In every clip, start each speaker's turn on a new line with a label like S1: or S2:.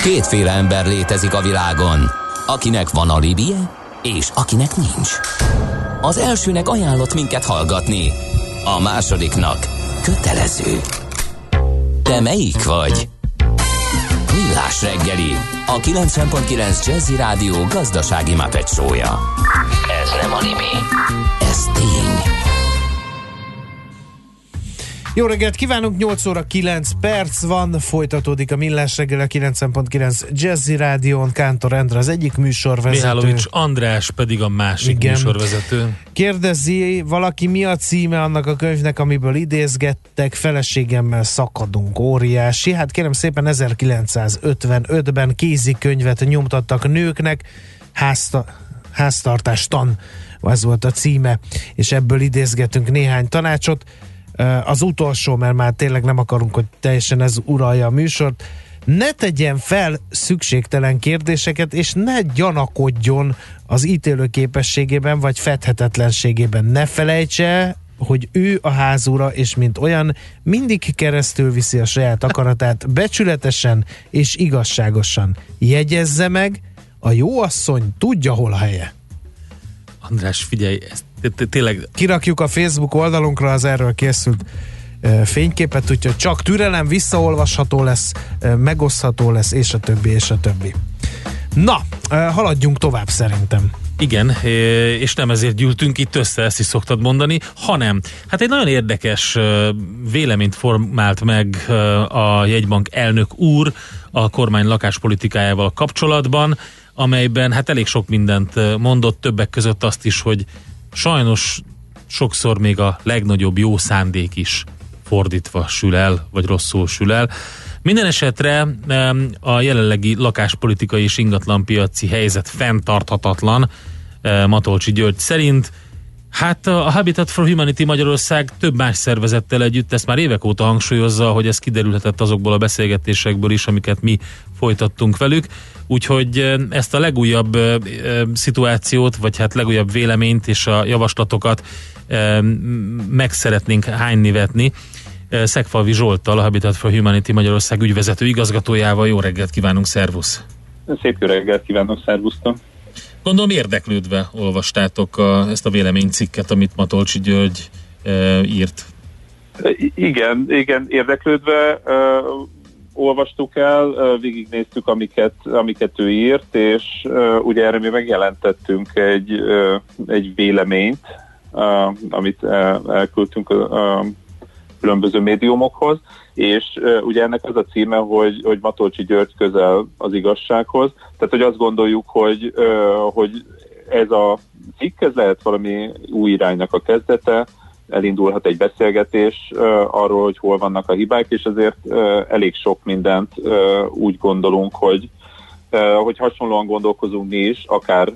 S1: Kétféle ember létezik a világon, akinek van alibije, és akinek nincs. Az elsőnek ajánlott minket hallgatni, a másodiknak kötelező. Te melyik vagy? Millás reggeli, a 90.9 Jazzy Rádió gazdasági Muppet show-ja. Ez nem anime, ez tény.
S2: Jó reggelt kívánunk, 8 óra 9 perc van, folytatódik a Millás reggel a 90.9 Jazzy Rádión, Kántor Endre az egyik műsorvezető.
S3: Mihálovics András pedig a másik műsorvezető.
S2: Kérdezi valaki, mi a címe annak a könyvnek, amiből idézgettek, Feleségemmel szakadunk, óriási. Hát kérem szépen, 1955-ben kézikönyvet nyomtattak nőknek, háztartástan, ez volt a címe, és ebből idézgetünk néhány tanácsot. Az utolsó, mert már tényleg nem akarunk, hogy teljesen ez uralja a műsort. Ne tegyen fel szükségtelen kérdéseket, és ne gyanakodjon az ítélőképességében, vagy fedhetetlenségében. Ne felejtse, hogy ő a házura, és mint olyan mindig keresztül viszi a saját akaratát, becsületesen és igazságosan. Jegyezze meg, a jó asszony tudja, hol a helye.
S3: András, figyelj, ezt tényleg...
S2: Kirakjuk a Facebook oldalunkra az erről készült fényképet, úgyhogy csak türelem, visszaolvasható lesz, megosztható lesz, és a többi, és a többi. Na, haladjunk tovább szerintem.
S3: Igen, és nem ezért gyűltünk itt össze, ezt is szoktad mondani, hanem, hát egy nagyon érdekes véleményt formált meg a jegybank elnök úr a kormány lakáspolitikájával kapcsolatban, amelyben hát elég sok mindent mondott, többek között azt is, hogy sajnos sokszor még a legnagyobb jó szándék is fordítva sül el, vagy rosszul sül el. Minden esetre a jelenlegi lakáspolitikai és ingatlanpiaci helyzet fenntarthatatlan, Matolcsy György szerint. Hát a Habitat for Humanity Magyarország több más szervezettel együtt ezt már évek óta hangsúlyozza, hogy ez kiderülhetett azokból a beszélgetésekből is, amiket mi folytattunk velük. Úgyhogy ezt a legújabb szituációt, vagy hát legújabb véleményt és a javaslatokat meg szeretnénk hánynivetni. Szegfalvi Zsolttal, a Habitat for Humanity Magyarország ügyvezető igazgatójával. Jó reggelt kívánunk, szervusz!
S4: Szép jó reggelt kívánok, szervusztok!
S3: Gondolom érdeklődve olvastátok ezt a véleménycikket, amit Matolcsy György írt.
S4: Igen, érdeklődve olvastuk el, végignéztük, amiket ő írt, és ugye erre mi megjelentettünk egy véleményt, amit elküldtünk a különböző médiumokhoz, és ugye ennek az a címe, hogy Matolcsy György közel az igazsághoz. Tehát, hogy azt gondoljuk, hogy ez a cikk, ez lehet valami új iránynak a kezdete, elindulhat egy beszélgetés arról, hogy hol vannak a hibák, és azért elég sok mindent úgy gondolunk, hogy hasonlóan gondolkozunk mi is, akár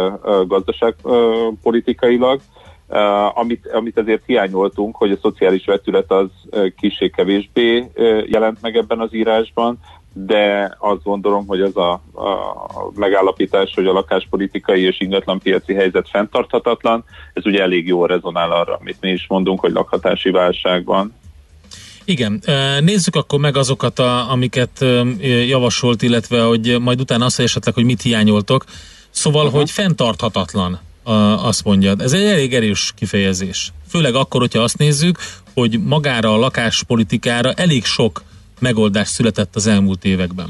S4: gazdaságpolitikailag, amit azért hiányoltunk, hogy a szociális vetület az kissé-kevésbé jelent meg ebben az írásban, de azt gondolom, hogy az a megállapítás, hogy a lakáspolitikai és ingatlanpiaci helyzet fenntarthatatlan, ez ugye elég jól rezonál arra, amit mi is mondunk, hogy lakhatási válság van.
S3: Igen, nézzük akkor meg azokat, amiket javasolt, illetve hogy majd utána azt esetleg, hogy mit hiányoltok. Szóval, hogy fenntarthatatlan, azt mondjad. Ez egy elég erős kifejezés. Főleg akkor, hogyha azt nézzük, hogy magára a lakáspolitikára elég sok megoldás született az elmúlt években.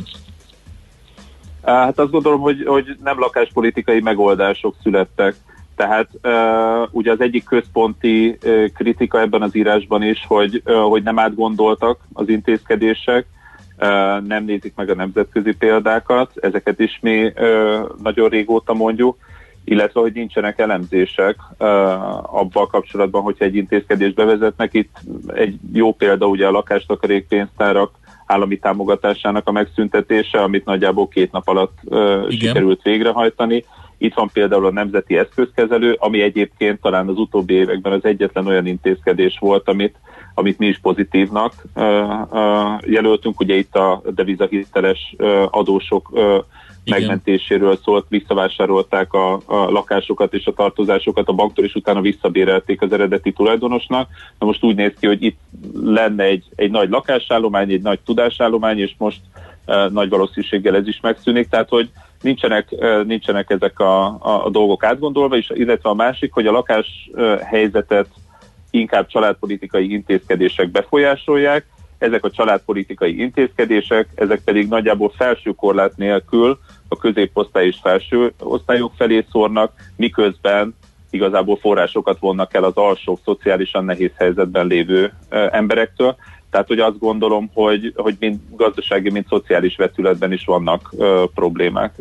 S4: Hát azt gondolom, hogy nem lakáspolitikai megoldások születtek. Tehát ugye az egyik központi kritika ebben az írásban is, hogy nem átgondoltak az intézkedések, nem nézik meg a nemzetközi példákat, ezeket is mi nagyon régóta mondjuk, illetve hogy nincsenek elemzések abban kapcsolatban, hogyha egy intézkedést bevezetnek. Itt egy jó példa ugye a lakástakarékpénztárak állami támogatásának a megszüntetése, amit nagyjából 2 nap alatt sikerült végrehajtani. Itt van például a nemzeti eszközkezelő, ami egyébként talán az utóbbi években az egyetlen olyan intézkedés volt, amit mi is pozitívnak jelöltünk. Ugye itt a devizahiteles adósok megmentéséről szólt, visszavásárolták a lakásokat és a tartozásokat a banktól, és utána visszabérelték az eredeti tulajdonosnak. Na most úgy néz ki, hogy itt lenne egy nagy lakásállomány, egy nagy tudásállomány, és most nagy valószínűséggel ez is megszűnik, tehát hogy nincsenek ezek a dolgok átgondolva, és illetve a másik, hogy a lakáshelyzetet inkább családpolitikai intézkedések befolyásolják, ezek a családpolitikai intézkedések, ezek pedig nagyjából felső korlát nélkül a középosztály és felső osztályok felé szórnak, miközben igazából forrásokat vonnak el az alsó, szociálisan nehéz helyzetben lévő emberektől. Tehát, hogy azt gondolom, hogy mind gazdasági, mind szociális vetületben is vannak problémák.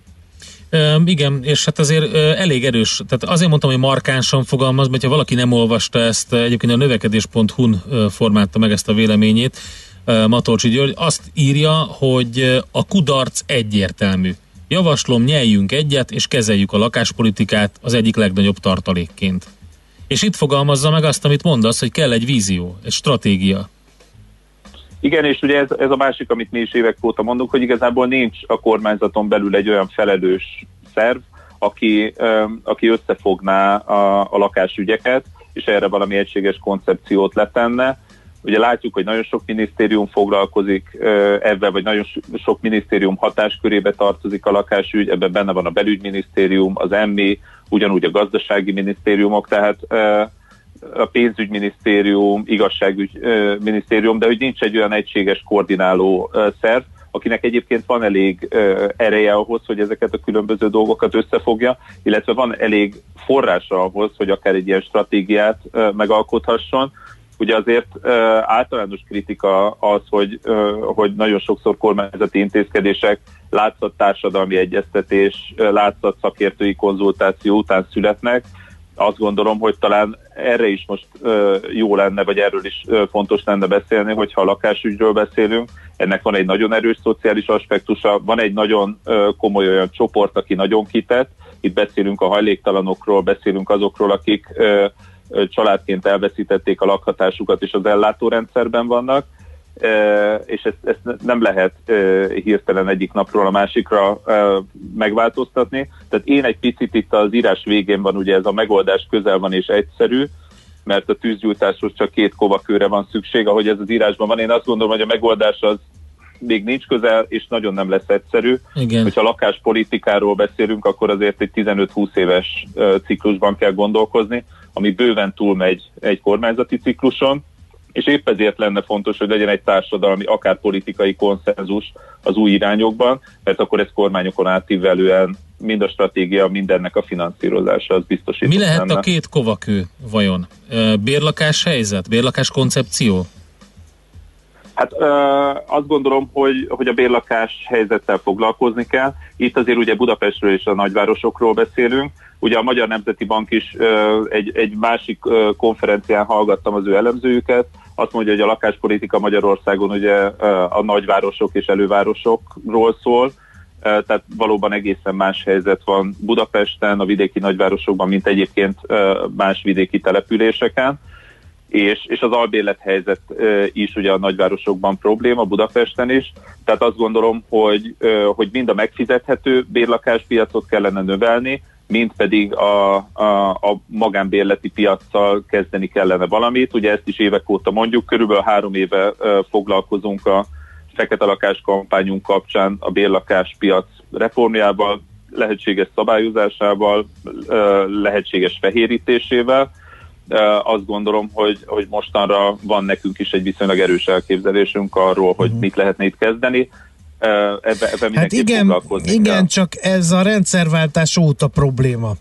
S3: Igen, és hát azért elég erős, tehát azért mondtam, hogy markánsan fogalmaz, mert ha valaki nem olvasta ezt, egyébként a növekedés.hu-n formálta meg ezt a véleményét, Matolcsi György, azt írja, hogy a kudarc egyértelmű. Javaslom, nyeljünk egyet, és kezeljük a lakáspolitikát az egyik legnagyobb tartalékként. És itt fogalmazza meg azt, amit mondasz, hogy kell egy vízió, egy stratégia. Igen,
S4: és ugye ez a másik, amit mi is évek óta mondunk, hogy igazából nincs a kormányzaton belül egy olyan felelős szerv, aki összefogná a lakásügyeket, és erre valami egységes koncepciót letenne. Ugye látjuk, hogy nagyon sok minisztérium foglalkozik ebben, vagy nagyon sok minisztérium hatáskörébe tartozik a lakásügy, ebben benne van a belügyminisztérium, az MI, ugyanúgy a gazdasági minisztériumok, tehát a pénzügyminisztérium, igazságügyminisztérium, de hogy nincs egy olyan egységes koordináló szerv, akinek egyébként van elég ereje ahhoz, hogy ezeket a különböző dolgokat összefogja, illetve van elég forrása ahhoz, hogy akár egy ilyen stratégiát megalkothasson. Ugye azért általános kritika az, hogy nagyon sokszor kormányzati intézkedések látszat társadalmi egyeztetés, látszat szakértői konzultáció után születnek. Azt gondolom, hogy talán erre is most jó lenne, vagy erről is fontos lenne beszélni, hogyha a lakásügyről beszélünk. Ennek van egy nagyon erős szociális aspektusa, van egy nagyon komoly olyan csoport, aki nagyon kitett. Itt beszélünk a hajléktalanokról, beszélünk azokról, akik családként elveszítették a lakhatásukat és az ellátórendszerben vannak, és ezt nem lehet hirtelen egyik napról a másikra megváltoztatni. Tehát én egy picit itt az írás végén van, ugye ez a megoldás közel van és egyszerű, mert a tűzgyújtáshoz csak 2 kovakőre van szükség, ahogy ez az írásban van. Én azt gondolom, hogy a megoldás az még nincs közel, és nagyon nem lesz egyszerű. Igen. Hogyha lakáspolitikáról beszélünk, akkor azért egy 15-20 éves ciklusban kell gondolkozni, ami bőven túlmegy egy kormányzati cikluson, és épp ezért lenne fontos, hogy legyen egy társadalmi, akár politikai konszenzus az új irányokban, mert akkor ez kormányokon átívelően mind a stratégia, mindennek a finanszírozása az biztosított.
S3: Mi lehet
S4: lenne.
S3: A 2 kovakő vajon? Bérlakás helyzet? Bérlakás koncepció?
S4: Hát azt gondolom, hogy a bérlakás helyzettel foglalkozni kell. Itt azért ugye Budapestről és a nagyvárosokról beszélünk. Ugye a Magyar Nemzeti Bank is egy másik konferencián hallgattam az ő elemzőjüket. Azt mondja, hogy a lakáspolitika Magyarországon ugye a nagyvárosok és elővárosokról szól. Tehát valóban egészen más helyzet van Budapesten, a vidéki nagyvárosokban, mint egyébként más vidéki településeken. És az albérlethelyzet is ugye a nagyvárosokban probléma, Budapesten is. Tehát azt gondolom, hogy mind a megfizethető bérlakáspiacot kellene növelni, mind pedig a magánbérleti piaccal kezdeni kellene valamit. Ugye ezt is évek óta mondjuk, körülbelül 3 éve foglalkozunk a fekete lakás kampányunk kapcsán a bérlakáspiac reformjával, lehetséges szabályozásával, lehetséges fehérítésével. Azt gondolom, hogy mostanra van nekünk is egy viszonylag erős elképzelésünk arról, hogy mit lehetne itt kezdeni. Ebben mindenképp foglalkozni
S2: igen,
S4: kell.
S2: csak ez a rendszerváltás óta probléma.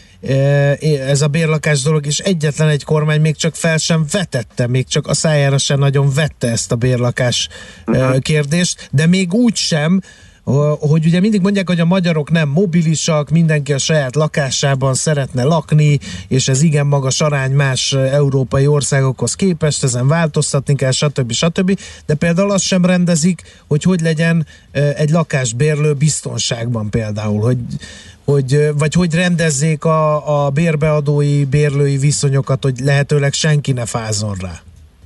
S2: Ez a bérlakás dolog, és egyetlen egy kormány még csak fel sem vetette, még csak a szájára sem nagyon vette ezt a bérlakás kérdést, de még úgy sem, hogy ugye mindig mondják, hogy a magyarok nem mobilisak, mindenki a saját lakásában szeretne lakni, és ez igen magas arány más európai országokhoz képest, ezen változtatni kell, stb. De például azt sem rendezik, hogy legyen egy lakásbérlő biztonságban például, vagy hogy rendezzék a bérbeadói, bérlői viszonyokat, hogy lehetőleg senki ne fázzon rá.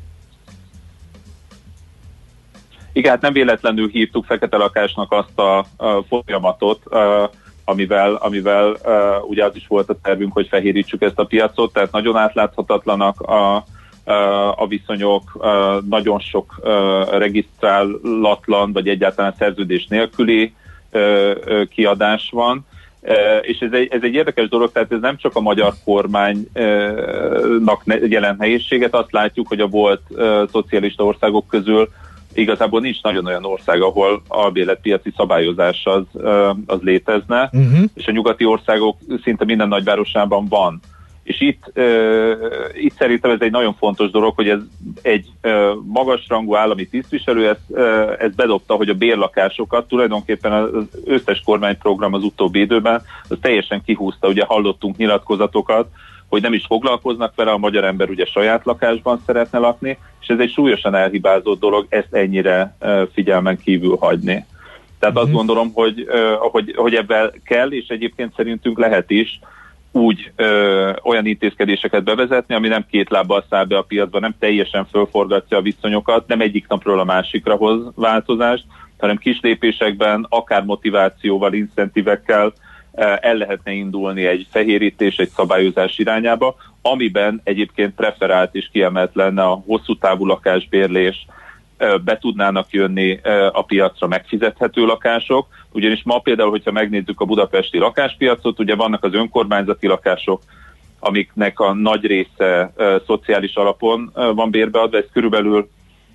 S4: Igen, hát nem véletlenül hívtuk fekete lakásnak azt a folyamatot, amivel ugye az is volt a tervünk, hogy fehérítsük ezt a piacot, tehát nagyon átláthatatlanak a viszonyok, nagyon sok regisztrálatlan, vagy egyáltalán szerződés nélküli kiadás van, és ez egy érdekes dolog, tehát ez nem csak a magyar kormánynak jelent nehézséget, azt látjuk, hogy a volt szocialista országok közül igazából nincs nagyon olyan ország, ahol albérletpiaci szabályozás az létezne, és a nyugati országok szinte minden nagyvárosában van. És itt szerintem ez egy nagyon fontos dolog, hogy ez egy magasrangú állami tisztviselő ezt bedobta, hogy a bérlakásokat tulajdonképpen az összes kormányprogram az utóbbi időben az teljesen kihúzta. Ugye hallottunk nyilatkozatokat, hogy nem is foglalkoznak vele, a magyar ember ugye saját lakásban szeretne lakni, és ez egy súlyosan elhibázott dolog ezt ennyire figyelmen kívül hagyni. Tehát azt gondolom, hogy ebben kell, és egyébként szerintünk lehet is úgy olyan intézkedéseket bevezetni, ami nem két lábbal száll be a piacba, nem teljesen fölforgatja a viszonyokat, nem egyik napról a másikra hoz változást, hanem kis lépésekben, akár motivációval, incentívekkel el lehetne indulni egy fehérítés, egy szabályozás irányába, amiben egyébként preferált és kiemelt lenne a hosszú távú lakásbérlés, be tudnának jönni a piacra megfizethető lakások, ugyanis ma például, hogyha megnézzük a budapesti lakáspiacot, ugye vannak az önkormányzati lakások, amiknek a nagy része szociális alapon van bérbeadva, ez körülbelül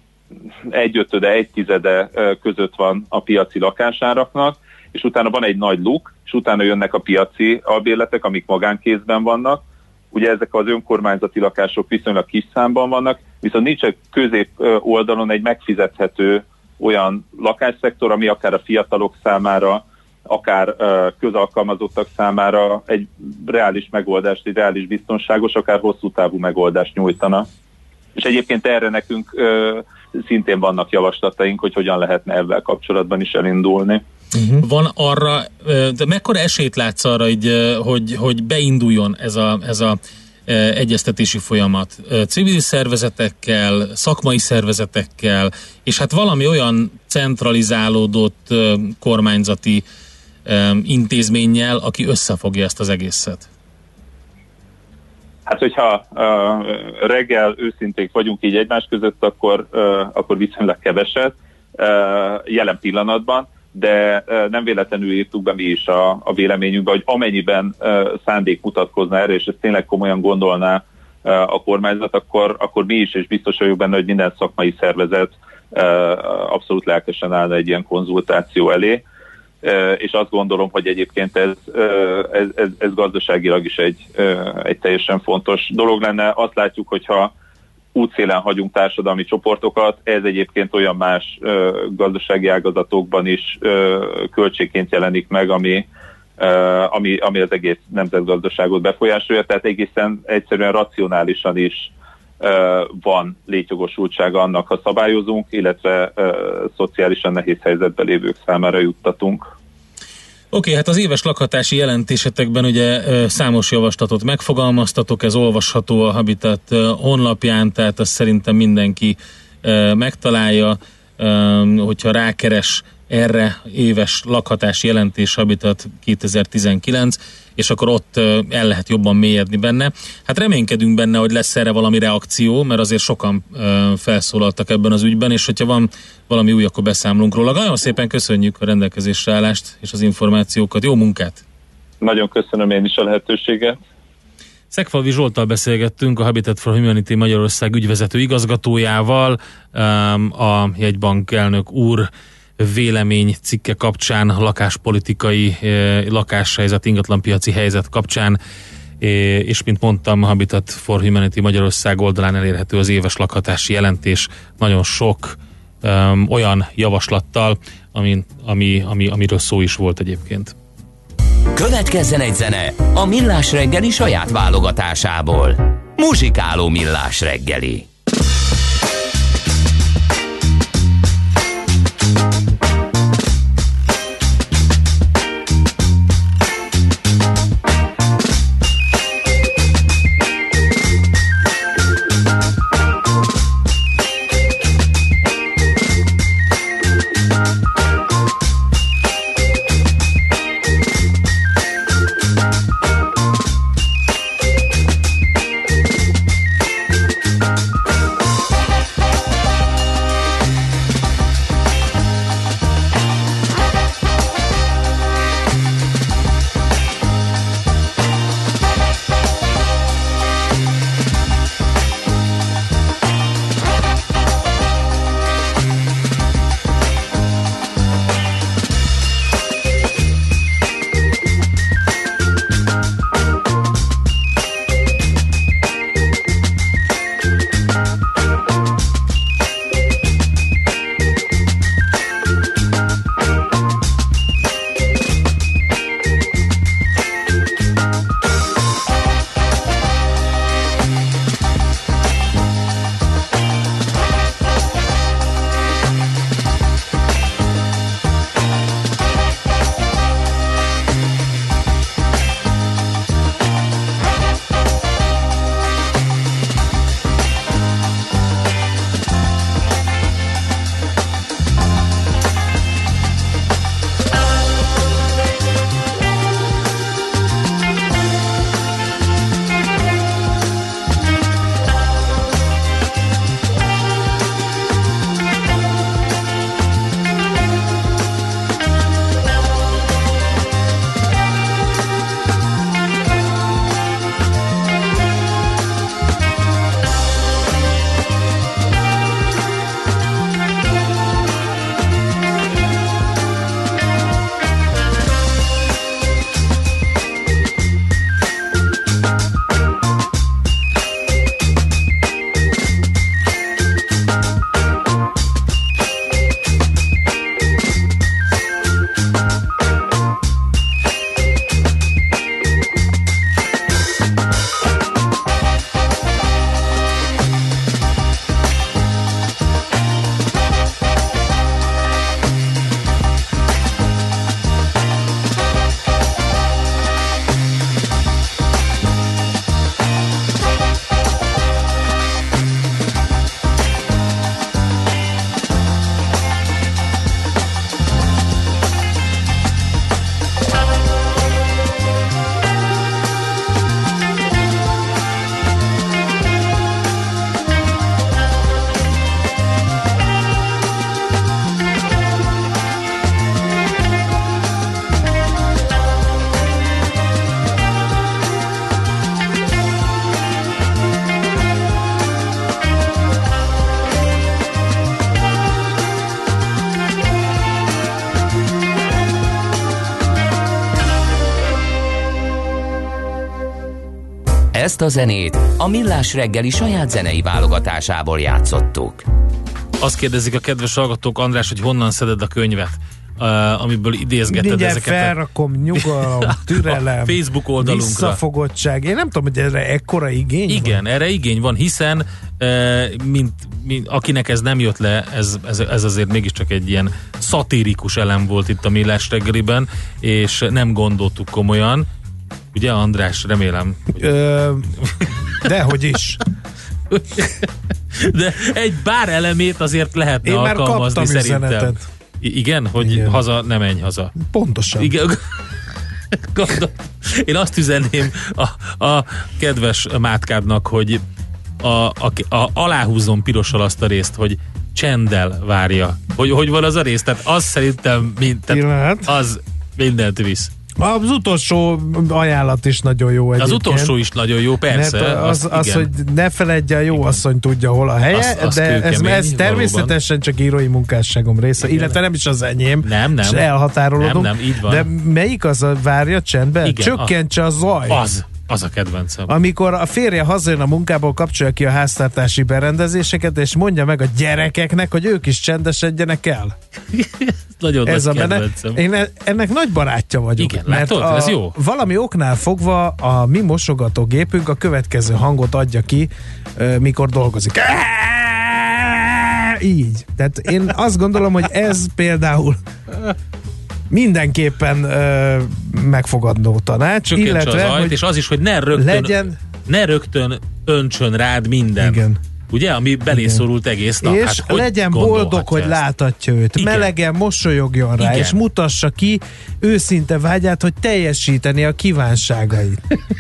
S4: 1/5-1/10 között van a piaci lakásáraknak, és utána van egy nagy luk, és utána jönnek a piaci albérletek, amik magánkézben vannak. Ugye ezek az önkormányzati lakások viszonylag kis számban vannak, viszont nincs egy közép oldalon egy megfizethető olyan lakásszektor, ami akár a fiatalok számára, akár közalkalmazottak számára egy reális megoldást, egy reális biztonságos, akár hosszú távú megoldást nyújtana. És egyébként erre nekünk szintén vannak javaslataink, hogy hogyan lehetne ebben kapcsolatban is elindulni.
S3: Van arra, de mekkora esélyt látsz arra, hogy beinduljon ez a egyeztetési folyamat civil szervezetekkel, szakmai szervezetekkel, és hát valami olyan centralizálódott kormányzati intézménnyel, aki összefogja ezt az egészet?
S4: Hát, hogyha reggel őszinték vagyunk így egymás között, akkor viszonylag keveset jelen pillanatban, de nem véletlenül írtuk be mi is a véleményünkbe, hogy amennyiben szándék mutatkozna erre, és ezt tényleg komolyan gondolná a kormányzat, akkor mi is, és biztos vagyok benne, hogy minden szakmai szervezet abszolút lelkesen állna egy ilyen konzultáció elé, és azt gondolom, hogy egyébként ez gazdaságilag is egy teljesen fontos dolog lenne. Azt látjuk, hogyha útszélen hagyunk társadalmi csoportokat, ez egyébként olyan más gazdasági ágazatokban is költségként jelenik meg, ami az egész nemzetgazdaságot befolyásolja, tehát egészen egyszerűen racionálisan is van létjogosultsága annak, ha szabályozunk, illetve szociálisan nehéz helyzetben lévők számára juttatunk.
S3: Oké, hát az éves lakhatási jelentésetekben ugye számos javaslatot megfogalmaztatok, ez olvasható a Habitat honlapján, tehát azt szerintem mindenki megtalálja, hogyha rákeres erre éves lakhatási jelentés Habitat 2019, és akkor ott el lehet jobban mélyedni benne. Hát reménykedünk benne, hogy lesz erre valami reakció, mert azért sokan felszólaltak ebben az ügyben, és hogyha van valami új, akkor beszámolunk róla. Nagyon szépen köszönjük a rendelkezésre állást és az információkat. Jó munkát! Nagyon köszönöm én is a lehetőséget. Szegfalvi Zsolttal beszélgettünk, a Habitat for Humanity Magyarország ügyvezető igazgatójával, a jegybank elnök úr vélemény cikke kapcsán, lakáspolitikai, lakáshelyzet, ingatlanpiaci helyzet kapcsán, és mint mondtam, a Habitat for Humanity Magyarország oldalán elérhető az éves lakhatási jelentés nagyon sok olyan javaslattal, amiről szó is volt egyébként.
S1: Következzen egy zene a Millás reggeli saját válogatásából. Muzsikáló Millás reggeli. Ezt a zenét a Millás reggeli saját zenei válogatásából játszottuk.
S3: Azt kérdezik a kedves hallgatók, András, hogy honnan szeded a könyvet, amiből idézgetted
S2: mindjárt
S3: ezeket.
S2: felrakom, nyugalom, türelem,
S3: a Facebook oldalunkra.
S2: Visszafogottság. Én nem tudom, hogy erre ekkora igény
S3: Igen,
S2: van.
S3: erre igény van, hiszen mint akinek ez nem jött le, ez azért mégiscsak egy ilyen szatirikus elem volt itt a Millás reggeliben, és nem gondoltuk komolyan. Ugye, András, remélem.
S2: Dehogy is.
S3: De egy bár elemét azért lehetne
S2: Én már
S3: alkalmazni
S2: kaptam
S3: szerintem.
S2: üzenetet.
S3: Igen, hogy
S2: Igen.
S3: haza, ne menj haza.
S2: Pontosan.
S3: Igen. Én azt üzenném a kedves Mátkádnak, hogy aláhúzzon pirossal azt a részt, hogy csenddel várja. Hogy van az a rész? Tehát az szerintem az mindent visz.
S2: Az utolsó ajánlat is nagyon jó egyébként.
S3: Az utolsó is nagyon jó, persze.
S2: Az hogy ne feledje, a jó asszony tudja, hol a helye,
S3: az
S2: de
S3: kőkemény,
S2: ez természetesen csak írói munkásságom része,
S3: Igen.
S2: illetve nem is az enyém.
S3: Nem.
S2: És elhatárolódunk.
S3: Nem, így van.
S2: De melyik az a várja csendben?
S3: Igen,
S2: Csökkentse a zaj.
S3: Az a kedvencem.
S2: Amikor a férje hazajön a munkából, kapcsolja ki a háztartási berendezéseket, és mondja meg a gyerekeknek, hogy ők is csendesedjenek el.
S3: Nagyon
S2: Ez a
S3: nagy
S2: benne.
S3: kedvencem.
S2: Én ennek nagy barátja vagyok.
S3: Igen,
S2: mert
S3: látod? Ez jó.
S2: Valami oknál fogva a mi mosogatógépünk a következő hangot adja ki, mikor dolgozik. Így. Tehát én azt gondolom, hogy ez például mindenképpen megfogadó tanács,
S3: Csökkentse
S2: illetve,
S3: az ajt,
S2: hogy
S3: és az is, hogy ne rögtön öntsön rád minden.
S2: Igen.
S3: Ugye, ami belészorult egész nap.
S2: És
S3: hogy
S2: legyen boldog, hogy
S3: ezt?
S2: láthatja őt.
S3: Igen.
S2: Melegen mosolyogjon rá,
S3: Igen.
S2: és mutassa ki őszinte vágyát, hogy teljesíteni a kívánságait.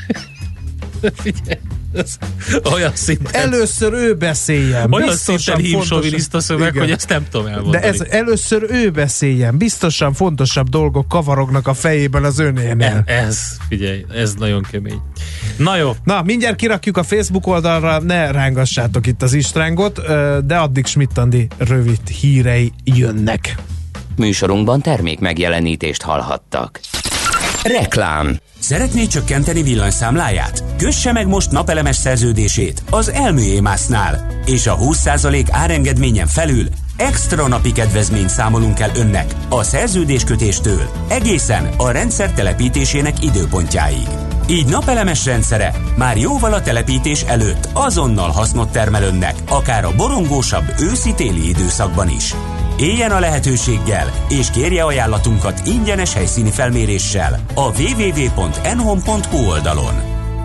S3: Figyelj, ez olyan szinten...
S2: Először ő beszéljen.
S3: Olyan
S2: biztosan
S3: szinten hívsoviniszta szöveg,
S2: Igen.
S3: hogy ezt nem tudom elmondani.
S2: De ez először ő beszéljen. Biztosan fontosabb dolgok kavarognak a fejében az önénél.
S3: Figyelj, ez nagyon kemény. Na jó.
S2: Na, mindjárt kirakjuk a Facebook oldalra, ne rángassátok itt az Istrángot, de addig Schmidt-Andi rövid hírei jönnek.
S1: Műsorunkban termék megjelenítést hallhattak. Reklám.
S5: Szeretné csökkenteni villanyszámláját? Kösse meg most napelemes szerződését az Elmű-Émásznál, és a 20% árengedményen felül extra napi kedvezményt számolunk el önnek a szerződéskötéstől egészen a rendszer telepítésének időpontjáig. Így napelemes rendszere már jóval a telepítés előtt azonnal hasznot termel önnek, akár a borongósabb őszi-téli időszakban is. Éljen a lehetőséggel, és kérje ajánlatunkat ingyenes helyszíni felméréssel a www.enhome.hu oldalon.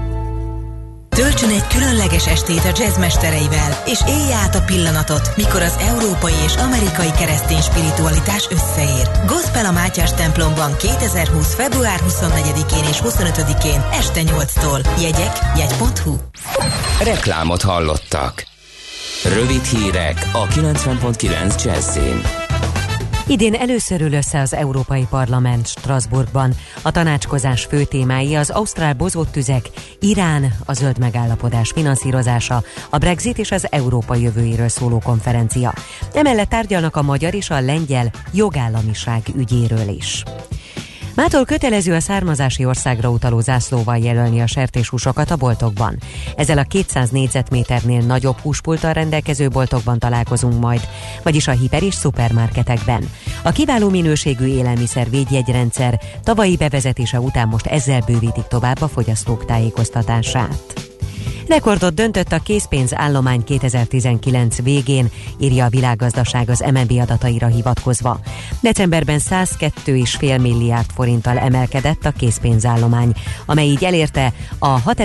S6: Töltsön egy különleges estét a jazzmestereivel, és élje át a pillanatot, mikor az európai és amerikai keresztény spiritualitás összeér. Gospel a Mátyás templomban 2020. február 24-én és 25-én este 8-tól. Jegyek jegy.hu.
S1: Reklámot hallottak. Rövid hírek a 90.9 Jazzin.
S7: Idén először ül össze az Európai Parlament Strasbourgban. A tanácskozás fő témái az ausztrál bozóttüzek, Irán, a zöld megállapodás finanszírozása, a Brexit és az Európa jövőjéről szóló konferencia. Emellett tárgyalnak a magyar és a lengyel jogállamiság ügyéről is. Mától kötelező a származási országra utaló zászlóval jelölni a sertéshúsokat a boltokban. Ezzel a 200 négyzetméternél nagyobb húspulttal rendelkező boltokban találkozunk majd, vagyis a hiper- és szupermarketekben. A kiváló minőségű élelmiszer védjegyrendszer tavalyi bevezetése után most ezzel bővítik tovább a fogyasztók tájékoztatását. Rekordot döntött a készpénz állomány 2019 végén, írja a Világgazdaság az MNB adataira hivatkozva. Decemberben 102,5 milliárd forinttal emelkedett a készpénzállomány, amely így elérte a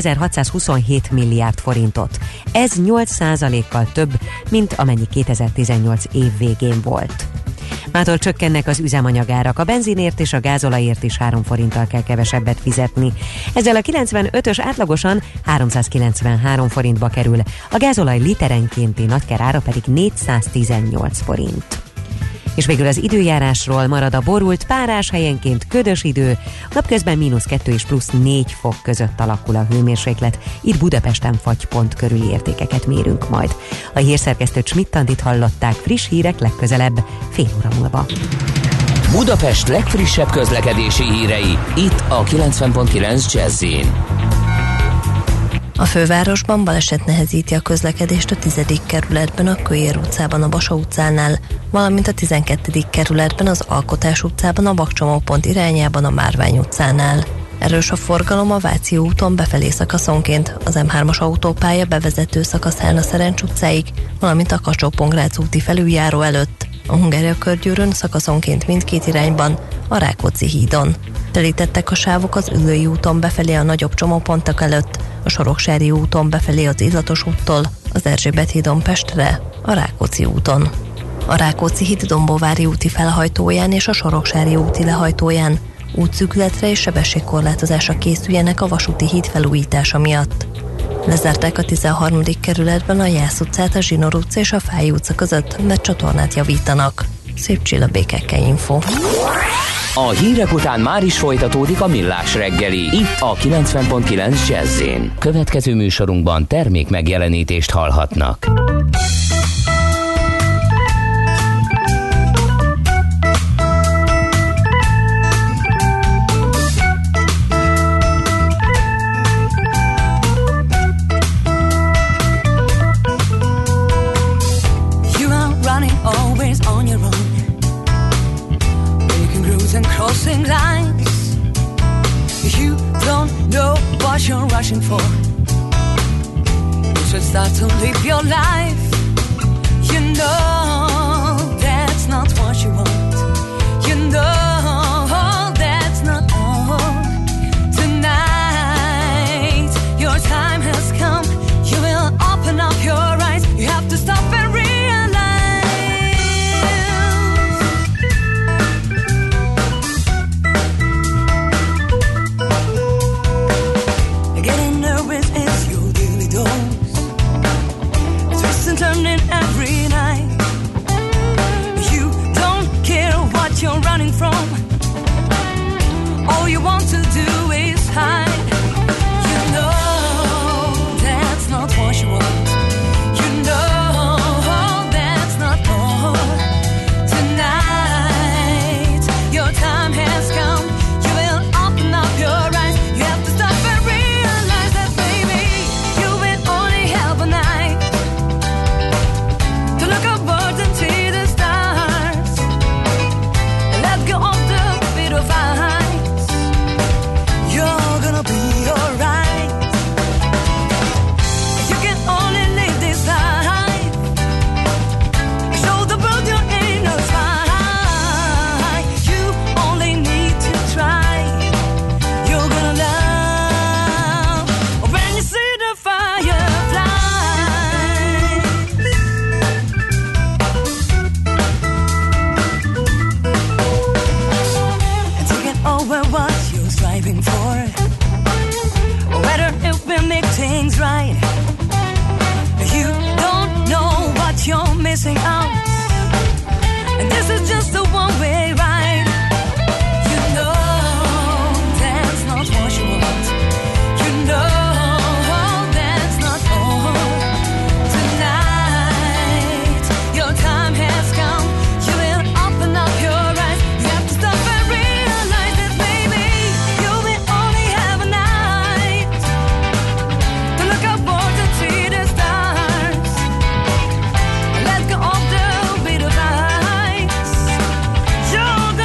S7: 6627 milliárd forintot. Ez 8%-kal több, mint amennyi 2018 év végén volt. Mától csökkennek az üzemanyagárak, a benzinért és a gázolajért is 3 forinttal kell kevesebbet fizetni. Ezzel a 95-ös átlagosan 393 forintba kerül, a gázolaj literenkénti nagyker ára pedig 418 forint. És végül az időjárásról: marad a borult, párás, helyenként ködös idő, napközben -2 és +4 fok között alakul a hőmérséklet, itt Budapesten fagypont körüli értékeket mérünk majd. A hírszerkesztőt Schmidt-Andit hallották, friss hírek legközelebb fél óra múlva.
S1: Budapest legfrissebb közlekedési hírei, itt a 90.9 Jazzin.
S8: A fővárosban baleset nehezíti a közlekedést a 10. kerületben a Kőér utcában a Basa utcánál, valamint a 12. kerületben az Alkotás utcában a Vakcsomópont irányában a Márvány utcánál. Erős a forgalom a Váci úton befelé szakaszonként, az M3-as autópálya bevezető szakaszán a Szerencs utcáig, valamint a Kacsó-Pongrác úti felüljáró előtt, a Hungária körgyűrűn szakaszonként mindkét irányban, a Rákóczi hídon. Telítettek a sávok az Üllői úton befelé a nagyobb csomópontok előtt, a Soroksári úton befelé az Illatos úttól, az Erzsébet hídon Pestre, a Rákóczi úton. A Rákóczi híd Dombóvári úti felhajtóján és a Soroksári úti lehajtóján útszűkületre és sebességkorlátozásra készüljenek a vasúti híd felújítása miatt. Lezárták a 13. kerületben a Jász utcát, a Zsinór utca és a Fáy utca között, mert csatornát javítanak. Szép csillabékekkel info.
S1: A hírek után már is folytatódik a Millás reggeli, itt a 90.9 Jazz-én. Következő műsorunkban termék megjelenítést hallhatnak.
S9: And crossing lines, you don't know what you're rushing for. You should start to live your life. You know that's not what you want. You know that's not all. Tonight your time has come. You will open up your eyes. You have to stop and realize. Turning every night. You don't care what you're running from. All you want to do is hide. You know that's not what you want. You know that's not all. Tonight your time has come. You will open up your eyes. You have to stop and realize that baby, you will only have a night. Things right. You don't know what you're missing out, and this is just a one-way ride. You know that's not what you want. You know that's not all. Tonight your time has come. You will open up your eyes. You have to stop and realize that baby, you will only have a night. Look upwards and see the stars. Let go of the bit of ice. You're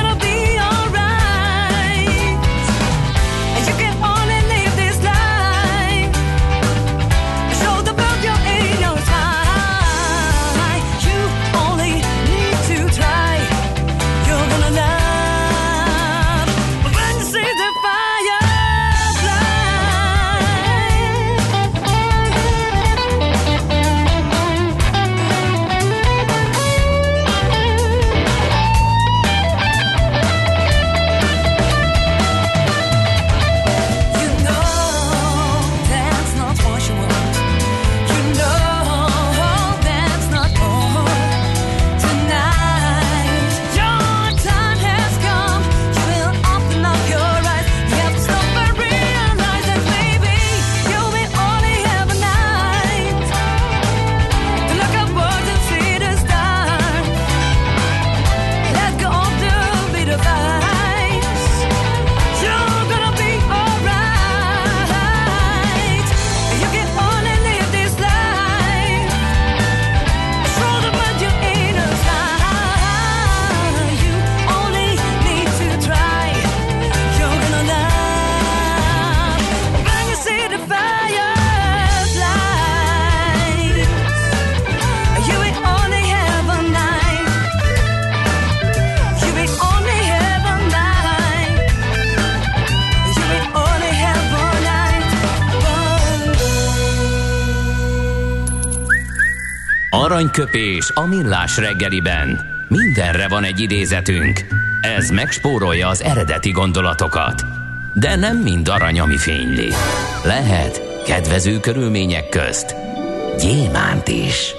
S1: Aranyköpés a millás reggeliben. Mindenre van egy idézetünk. Ez megspórolja az eredeti gondolatokat. De nem mind arany, ami fényli. Lehet kedvező körülmények közt gyémánt is.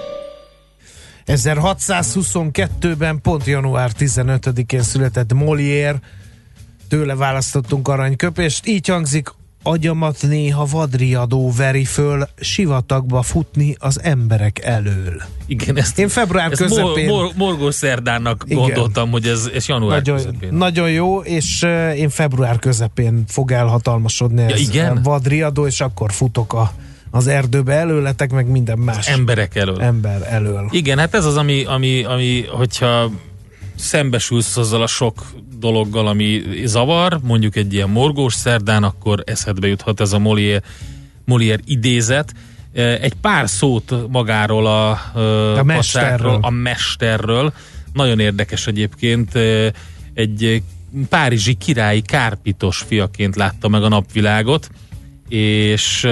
S2: 1622-ben pont január 15-én született Molière, tőle választottunk aranyköpést. Így hangzik: agyamat néha vadriadó veri föl, sivatagba futni az emberek elől.
S3: Igen,
S2: én február közepén...
S3: Morgós szerdának gondoltam, hogy ez január közepén.
S2: Nagyon jó, és én február közepén fog elhatalmasodni ez a vadriadó, és akkor futok az erdőbe előletek, meg minden más.
S3: Az emberek elől.
S2: Ember elől.
S3: Igen, hát ez az, ami hogyha szembesülsz azzal a sok dologgal, ami zavar, mondjuk egy ilyen morgós szerdán, akkor eszedbe juthat ez a Molière idézet. Egy pár szót magáról a mesterről. Nagyon érdekes egyébként. Egy párizsi királyi kárpitos fiaként látta meg a napvilágot, és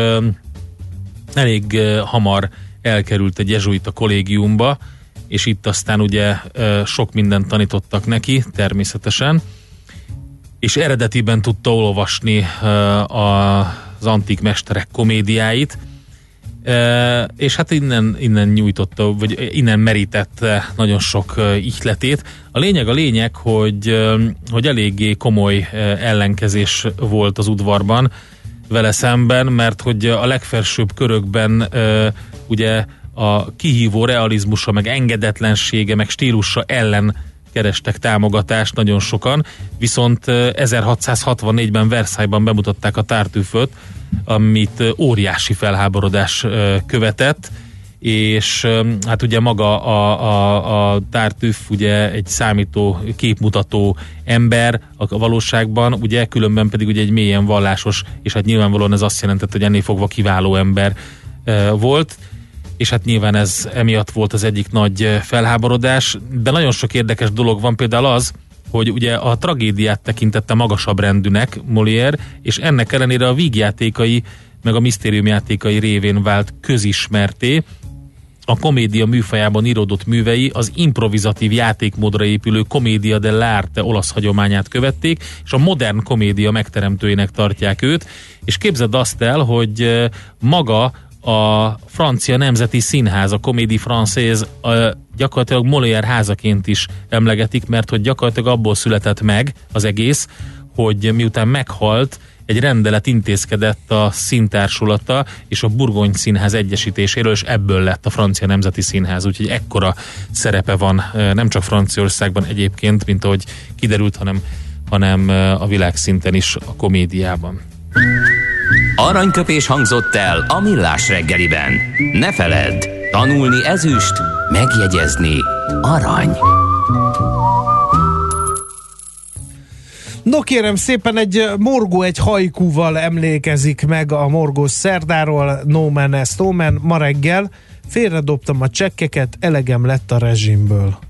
S3: elég hamar elkerült egy jezsuita kollégiumba, és itt aztán ugye sok mindent tanítottak neki, természetesen, és eredetiben tudta olvasni az antik mesterek komédiáit, és hát innen nyújtotta, vagy innen merítette nagyon sok ihletét. A lényeg, hogy eléggé komoly ellenkezés volt az udvarban vele szemben, mert hogy a legfelsőbb körökben ugye a kihívó realizmusa, meg engedetlensége, meg stílusa ellen kerestek támogatást nagyon sokan, viszont 1664-ben Versailles-ban bemutatták a Tartüfföt, amit óriási felháborodás követett, és hát ugye maga a Tartüff ugye egy számító, képmutató ember a valóságban, ugye különben pedig ugye egy mélyen vallásos, és hát nyilvánvalóan ez azt jelentett, hogy ennél fogva kiváló ember volt, és hát nyilván ez emiatt volt az egyik nagy felháborodás, de nagyon sok érdekes dolog van, például az, hogy ugye a tragédiát tekintette magasabb rendűnek Molière, és ennek ellenére a vígjátékai, meg a misztériumjátékai révén vált közismerté. A komédia műfajában íródott művei az improvizatív játékmódra épülő comédia dell'arte olasz hagyományát követték, és a modern komédia megteremtőjének tartják őt, és képzeld azt el, hogy maga a francia nemzeti színház, a Comédie Française gyakorlatilag Molière házaként is emlegetik, mert hogy gyakorlatilag abból született meg az egész, hogy miután meghalt, egy rendelet intézkedett a színtársulata és a Burgony Színház egyesítéséről, és ebből lett a francia nemzeti színház, úgyhogy ekkora szerepe van nem csak Franciaországban egyébként, mint ahogy kiderült, hanem a világszinten is a komédiában.
S1: Aranyköpés hangzott el a millás reggeliben. Ne feledd, tanulni ezüst, megjegyezni arany.
S2: No kérem szépen, egy morgó egy hajkúval emlékezik meg a morgós szerdáról, No Man Est Omen. Ma reggel félredobtam a csekkeket, elegem lett a rezsimből.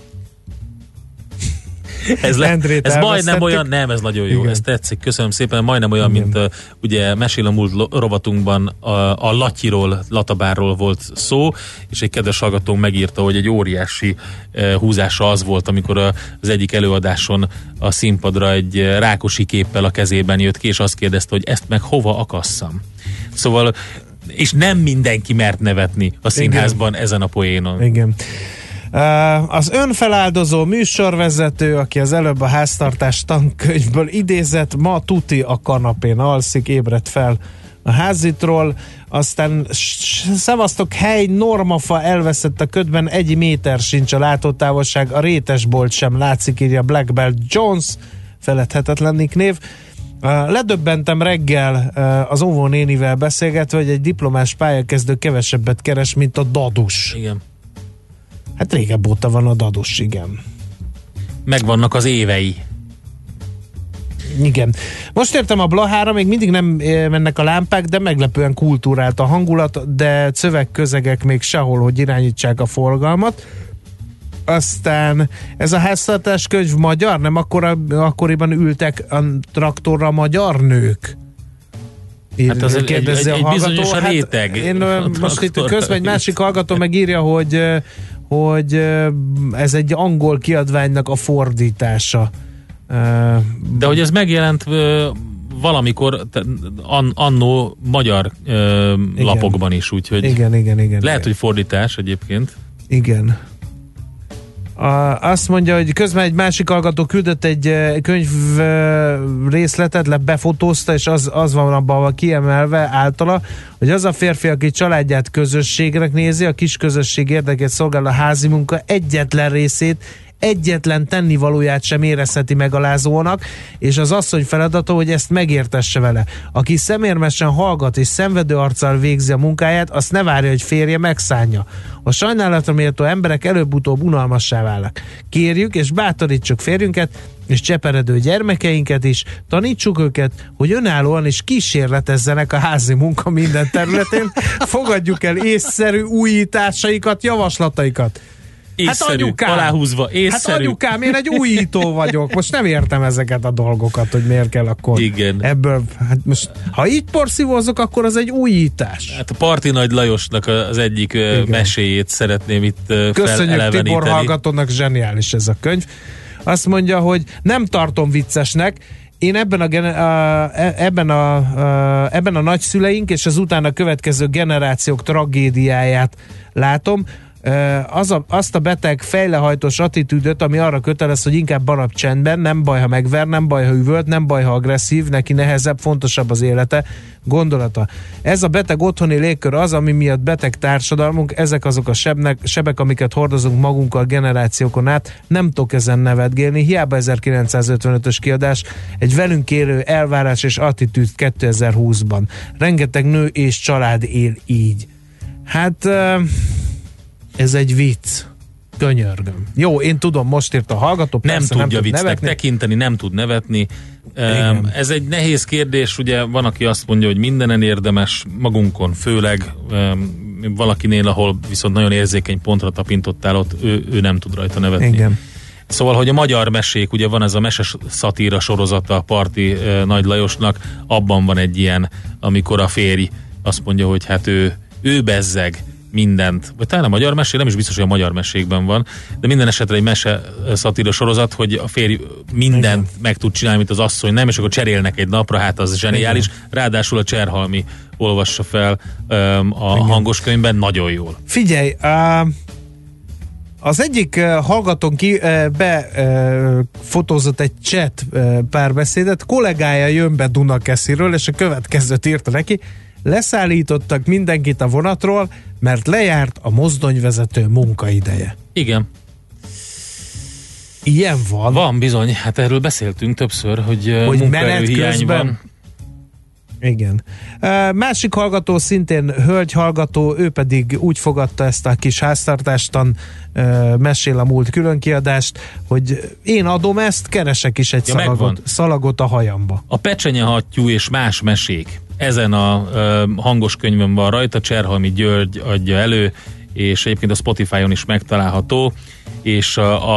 S3: Ez majdnem olyan, nem, ez nagyon jó, igen. Ez tetszik, köszönöm szépen, majdnem olyan, igen. Mint ugye Mesél a múlt rovatunkban a Latyiról, Latabárról volt szó, és egy kedves hallgatónk megírta, hogy egy óriási húzása az volt, amikor az egyik előadáson a színpadra egy Rákosi képpel a kezében jött ki, és azt kérdezte, hogy ezt meg hova akasszam. Szóval, és nem mindenki mert nevetni a színházban, igen. Ezen a poénon.
S2: Igen. Az önfeláldozó műsorvezető, aki az előbb a háztartás tankönyvből idézett, ma tuti a kanapén alszik, ébredt fel a házitról, aztán szevasztok, hely, normafa elveszett a ködben, 1 méter sincs a látótávolság, a rétesbolt sem látszik, írja Black Belt Jones, feledhetetlen nicknév. Ledöbbentem reggel az óvónénivel beszélgetve, hogy egy diplomás pályakezdő kevesebbet keres, mint a dadus.
S3: Igen.
S2: Hát régebb óta van a dadus, igen.
S3: Megvannak az évei.
S2: Igen. Most értem a Blahára, még mindig nem mennek a lámpák, de meglepően kultúrált a hangulat, de szövegközegek még sehol, hogy irányítsák a forgalmat. Aztán ez a háztartás könyv magyar? Nem akkoriban ültek a traktorra magyar nők?
S3: Hát az
S2: kérdezi
S3: egy
S2: a hallgató.
S3: bizonyos réteg.
S2: Én most itt közben egy másik hallgató megírja, hogy ez egy angol kiadványnak a fordítása.
S3: De hogy ez megjelent valamikor annó magyar lapokban is, úgyhogy
S2: igen.
S3: lehet, hogy fordítás egyébként.
S2: Igen. Azt mondja, hogy közben egy másik hallgató küldött egy könyv részletet, befotózta, és az van abban kiemelve általa, hogy az a férfi, aki családját közösségnek nézi, a kis közösség érdekét szolgál a házi munka egyetlen részét, egyetlen tennivalóját sem érezheti megalázónak, és az asszony feladata, hogy ezt megértesse vele. Aki szemérmesen hallgat és szenvedő arccal végzi a munkáját, azt ne várja, hogy férje megszánja. A sajnálatra méltó emberek előbb-utóbb unalmassá válnak. Kérjük és bátorítsuk férjünket és cseperedő gyermekeinket is, tanítsuk őket, hogy önállóan is kísérletezzenek a házi munka minden területén, fogadjuk el észszerű újításaikat, javaslataikat.
S3: Észszerű,
S2: hát anyukám,
S3: aláhúzva, észszerű.
S2: Hát anyukám, én egy újító vagyok. Most nem értem ezeket a dolgokat, hogy miért kell akkor.
S3: Igen.
S2: Ebből, hát most, ha így porszívózok, akkor az egy újítás.
S3: Hát a Parti Nagy Lajosnak az egyik meséjét szeretném itt
S2: köszönjük Tibor hallgatónak, zseniális ez a könyv. Azt mondja, hogy nem tartom viccesnek, én ebben a nagyszüleink és az utána következő generációk tragédiáját látom. Azt a beteg fejlehajtós attitűdöt, ami arra kötelez, hogy inkább marad csendben, nem baj, ha megver, nem baj, ha üvölt, nem baj, ha agresszív, neki nehezebb, fontosabb az élete, gondolata. Ez a beteg otthoni légkör az, ami miatt beteg társadalmunk, ezek azok a sebek, amiket hordozunk magunkkal generációkon át, nem tudok ezen nevetgélni, hiába 1955-ös kiadás, egy velünk élő elvárás és attitűd 2020-ban. Rengeteg nő és család él így. Hát... ez egy vicc. Könyörgöm. Jó, én tudom, most írt a hallgató.
S3: Persze, nem tudja viccnek tekinteni, nem tud nevetni. Ez egy nehéz kérdés, ugye van, aki azt mondja, hogy mindenen érdemes, magunkon főleg, valakinél, ahol viszont nagyon érzékeny pontra tapintottál, ott ő nem tud rajta nevetni.
S2: Igen.
S3: Szóval, hogy a magyar mesék, ugye van ez a meses szatíra sorozata a Parti Nagy Lajosnak, abban van egy ilyen, amikor a férj azt mondja, hogy hát ő bezzeg mindent, vagy talán a magyar mesé, nem is biztos, hogy a magyar mesékben van, de minden esetre egy mese szatíra sorozat, hogy a férj mindent meg tud csinálni, mint az asszony nem, és akkor cserélnek egy napra, hát az zseniális. Ráadásul a Cserhalmi olvassa fel a hangos könyvben nagyon jól.
S2: Figyelj, az egyik hallgatón befotózott egy chat párbeszédet, kollégája jön be Dunakesziről, és a következőt írta neki: leszállítottak mindenkit a vonatról, mert lejárt a mozdonyvezető munkaideje.
S3: Igen.
S2: Ilyen van?
S3: Van bizony, hát erről beszéltünk többször, hogy munkaerőhiány van.
S2: Igen. Másik hallgató, szintén hölgy hallgató, ő pedig úgy fogadta ezt a kis háztartástan mesél a múlt különkiadást, hogy én adom ezt, keresek is egy szalagot a hajamba.
S3: A Pecsenyehattyú és más mesék. Ezen a hangos könyvön van rajta, Cserhalmi György adja elő, és egyébként a Spotify-on is megtalálható, és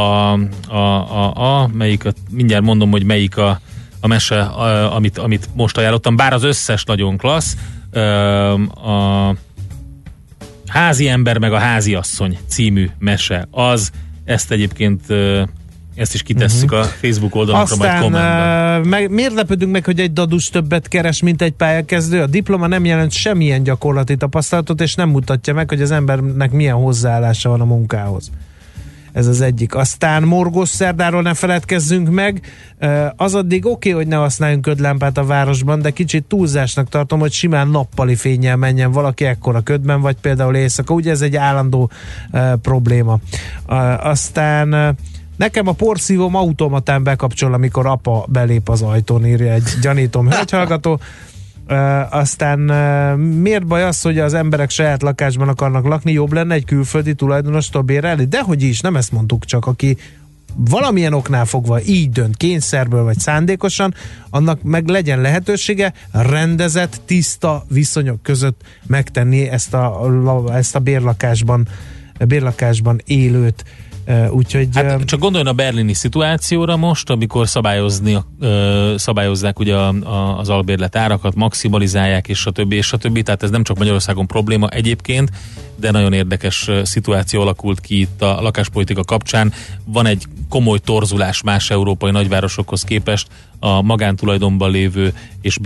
S3: mindjárt mondom, hogy melyik a mese, amit most ajánlottam, bár az összes nagyon klassz. A Házi ember meg a háziasszony című mese az, ezt egyébként ezt is kitesszük a Facebook oldalunkra, majd kommentben.
S2: Miért lepődünk meg, hogy egy dadus többet keres, mint egy pályakezdő? A diploma nem jelent semmilyen gyakorlati tapasztalatot, és nem mutatja meg, hogy az embernek milyen hozzáállása van a munkához. Ez az egyik. Aztán morgós szerdáról ne feledkezzünk meg. Az addig oké, hogy ne használjunk ködlámpát a városban, de kicsit túlzásnak tartom, hogy simán nappali fénnyel menjen valaki ekkora ködben, vagy például éjszaka. Ugye ez egy állandó probléma. Aztán nekem a porszívóm automatán bekapcsol, amikor apa belép az ajtón, írja egy gyanítom hölgyhallgató. Aztán miért baj az, hogy az emberek saját lakásban akarnak lakni, jobb lenne egy külföldi tulajdonostól bérelni? Dehogy is, nem ezt mondtuk, csak aki valamilyen oknál fogva így dönt, kényszerből vagy szándékosan, annak meg legyen lehetősége rendezett, tiszta viszonyok között megtenni ezt a bérlakásban élőt. Úgyhogy...
S3: Hát csak gondoljon a berlini szituációra most, amikor szabályozzák ugye az albérlet árakat, maximalizálják, és a többi. Tehát ez nem csak Magyarországon probléma egyébként, de nagyon érdekes szituáció alakult ki itt a lakáspolitika kapcsán. Van egy komoly torzulás más európai nagyvárosokhoz képest a magántulajdonban lévő és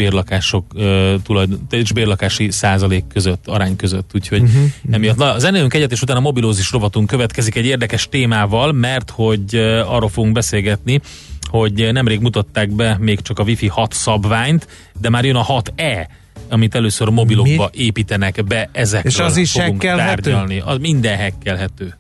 S3: bérlakási százalék között, arány között. Úgyhogy emiatt. Na, zenéljünk egyet, és utána a mobilózis rovatunk következik egy érdekes témával, mert hogy arról fogunk beszélgetni, hogy nemrég mutatták be még csak a Wi-Fi 6 szabványt, de már jön a 6E, amit először a mobilokba építenek be, ezekről
S2: és az is
S3: fogunk tárgyalni. Az minden hackelhető.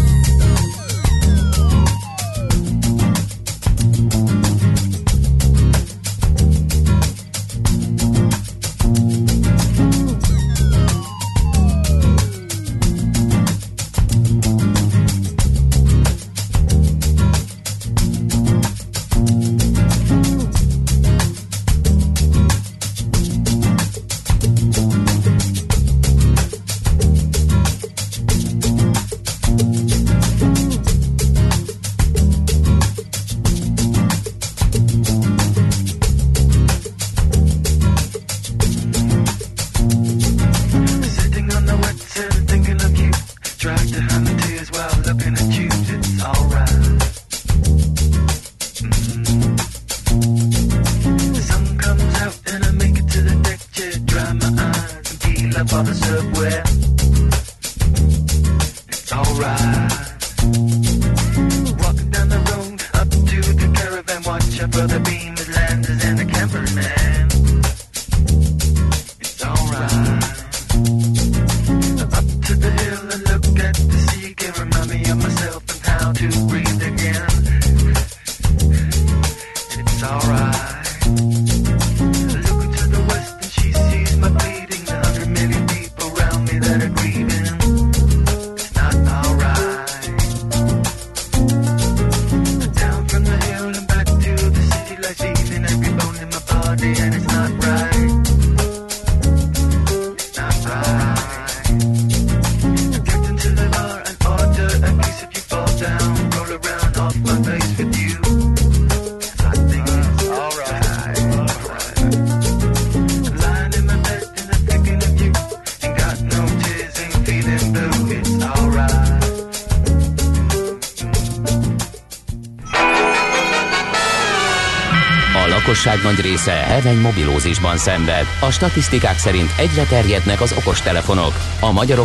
S1: Nagy része heveny mobilózisban szenved. A statisztikák szerint egyre terjednek az okostelefonok. A magyarok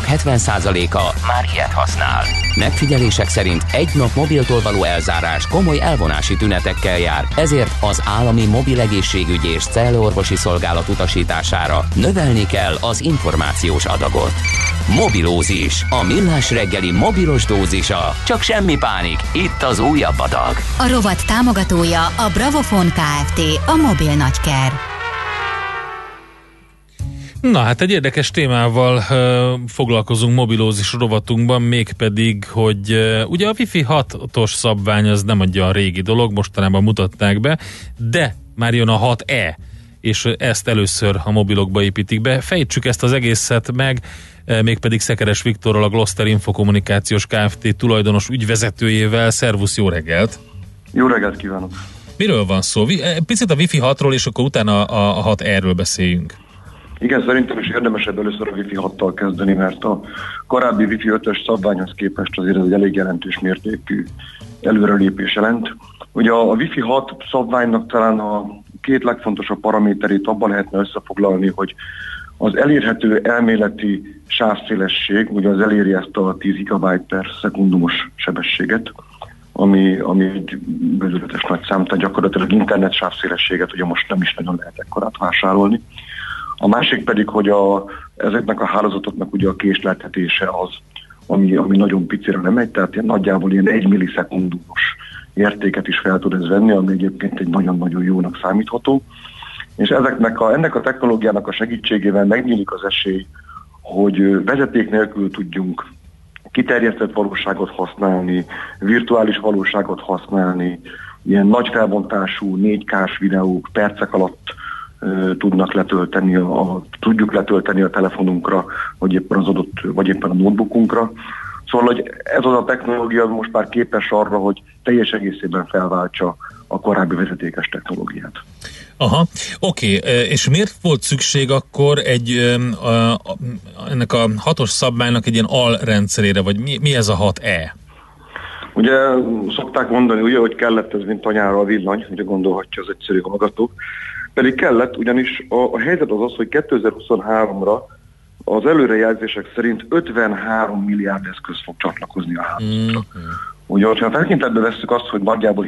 S1: 70%-a már ilyet használ. Megfigyelések szerint egy nap mobiltól való elzárás komoly elvonási tünetekkel jár, ezért az állami mobil egészségügyi és cellorvosi szolgálat utasítására növelni kell az információs adagot. Mobilózis, a millás reggeli mobilos dózisa. Csak semmi pánik, itt az újabb adag.
S10: A rovat támogatója a Bravofon Kft. A mobil nagyker.
S3: Na hát egy érdekes témával foglalkozunk mobilózis rovatunkban, mégpedig, hogy ugye a Wi-Fi 6-os szabvány az nem egy olyan régi dolog, mostanában mutatták be, de már jön a 6E, és ezt először a mobilokba építik be. Fejtsük ezt az egészet meg, mégpedig Szekeres Viktorral, a Gloster Infokommunikációs Kft. Tulajdonos ügyvezetőjével. Szervusz, jó reggelt!
S11: Jó reggelt kívánok! Miről
S3: van szó? Picit a Wi-Fi 6-ról, és akkor utána a 6E-ről beszéljünk.
S11: Igen, szerintem is érdemesebb először a Wi-Fi 6-tal kezdeni, mert a korábbi Wi-Fi 5-ös szabványhoz képest azért ez egy elég jelentős mértékű előrelépés jelent. Ugye a Wi-Fi 6 szabványnak talán a két legfontosabb paraméterét abban lehetne összefoglalni, hogy az elérhető elméleti sávszélesség, ugye az eléri ezt a 10 GB per szekundumos sebességet, ami egy bőzületes nagy szám, tehát gyakorlatilag internet sávszélességet ugye most nem is nagyon lehet ekkorát vásárolni. A másik pedig, hogy ezeknek a hálózatoknak ugye a késleltetése az, ami nagyon picire nem megy, tehát nagyjából ilyen 1 millisekundumos értéket is fel tud ez venni, ami egyébként egy nagyon-nagyon jónak számítható. És ennek a technológiának a segítségével megnyílik az esély, hogy vezeték nélkül tudjunk kiterjesztett valóságot használni, virtuális valóságot használni, ilyen nagy felbontású 4K-s videók percek alatt tudjuk letölteni a telefonunkra, vagy éppen a notebookunkra. Szóval, hogy ez az a technológia most már képes arra, hogy teljes egészében felváltsa a korábbi vezetékes technológiát.
S3: Aha, oké. És miért volt szükség akkor ennek a 6-os szabványnak egy ilyen alrendszerére, vagy mi ez a 6E?
S11: Ugye szokták mondani, ugye, hogy kellett ez, mint anyára a villany, ugye gondolhatja az egyszerű hallgató. Pedig kellett, ugyanis a helyzet az, hogy 2023-ra az előrejelzések szerint 53 milliárd eszköz fog csatlakozni a hálózatra. Ugye, ha tekintetbe vesszük azt, hogy nagyjából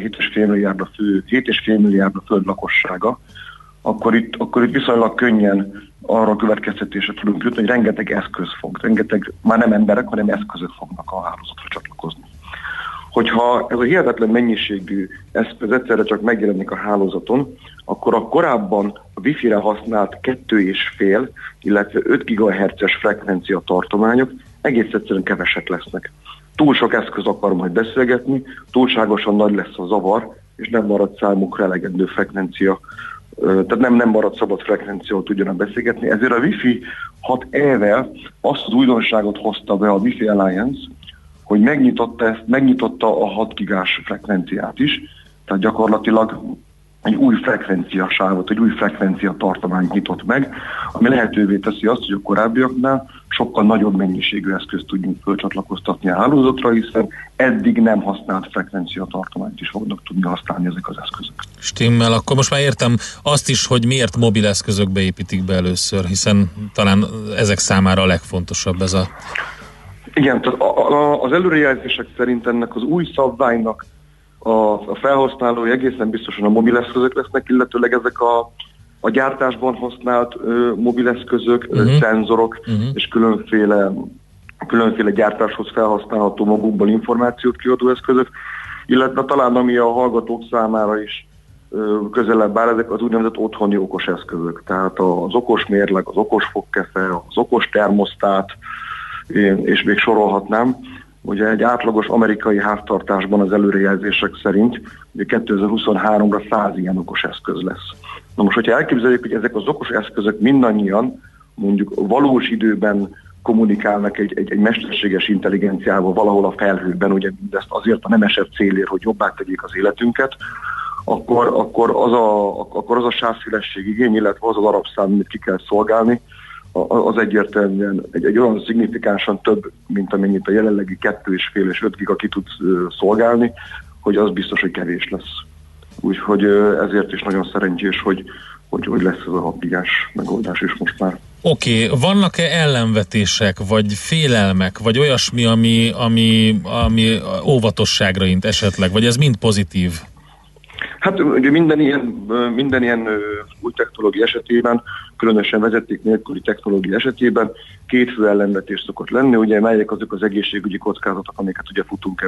S11: 7,5 milliárd a föld lakossága, akkor itt viszonylag könnyen arra a következtetésre tudunk jutni, hogy rengeteg eszköz rengeteg, már nem emberek, hanem eszközök fognak a hálózatra csatlakozni. Hogyha ez a hihetetlen mennyiségű eszköz egyszerre csak megjelenik a hálózaton, akkor a korábban a Wi-Fi-re használt 2,5, illetve 5 GHz-es frekvencia tartományok egész egyszerűen kevesek lesznek. Túl sok eszköz akar majd beszélgetni, túlságosan nagy lesz a zavar, és nem marad számukra elegendő frekvencia, tehát nem marad szabad frekvencia, hogy tudjanak beszélgetni. Ezért a Wi-Fi 6E-vel azt az újdonságot hozta be a Wi-Fi Alliance, hogy megnyitotta a 6 gigás frekvenciát is, tehát gyakorlatilag egy új frekvenciasávot, egy új frekvencia tartományt nyitott meg, ami lehetővé teszi azt, hogy a korábbiaknál sokkal nagyobb mennyiségű eszközt tudjunk fölcsatlakoztatni a hálózatra, hiszen eddig nem használt frekvencia tartományt is fognak tudni használni ezek az eszközök. Stimmel, akkor most már értem azt is, hogy miért mobil eszközökbe építik be először, hiszen talán ezek számára a legfontosabb ez a... Igen, tehát az előrejelzések szerint ennek az új szabványnak a felhasználói egészen biztosan a mobileszközök lesznek, illetőleg ezek a gyártásban használt mobileszközök, szenzorok és különféle gyártáshoz felhasználható magukban információt kiadó eszközök, illetve talán ami a hallgatók számára is közelebb áll, ezek az úgynevezett otthoni okos eszközök. Tehát az okos mérleg, az okos fogkefe, az okos termosztát, és még sorolhatnám. Ugye egy átlagos amerikai háztartásban az előrejelzések szerint ugye 2023-ra 100 ilyen okos eszköz lesz. Na most, hogyha elképzeljük, hogy ezek az okos eszközök mindannyian mondjuk valós időben kommunikálnak egy mesterséges intelligenciával valahol a felhőben, ugye mindezt azért a nemesebb célért, hogy jobbá tegyék az életünket, akkor az a sávszélesség igény, illetve az arabszám, amit ki kell szolgálni, az egyértelműen egy olyan szignifikánsan több, mint amennyit a jelenlegi 2,5 és 5 giga ki tud szolgálni, hogy az biztos, hogy kevés lesz. Úgyhogy ezért is nagyon szerencsés, hogy lesz ez a 6 gigás megoldás is most már. Oké, vannak-e ellenvetések, vagy félelmek, vagy olyasmi, ami óvatosságra int esetleg, vagy ez mind pozitív? Hát ugye minden ilyen új technológia esetében, különösen vezeték nélküli technológia esetében két fő ellenvetés szokott lenni, ugye melyek azok az egészségügyi kockázatok, amiket ugye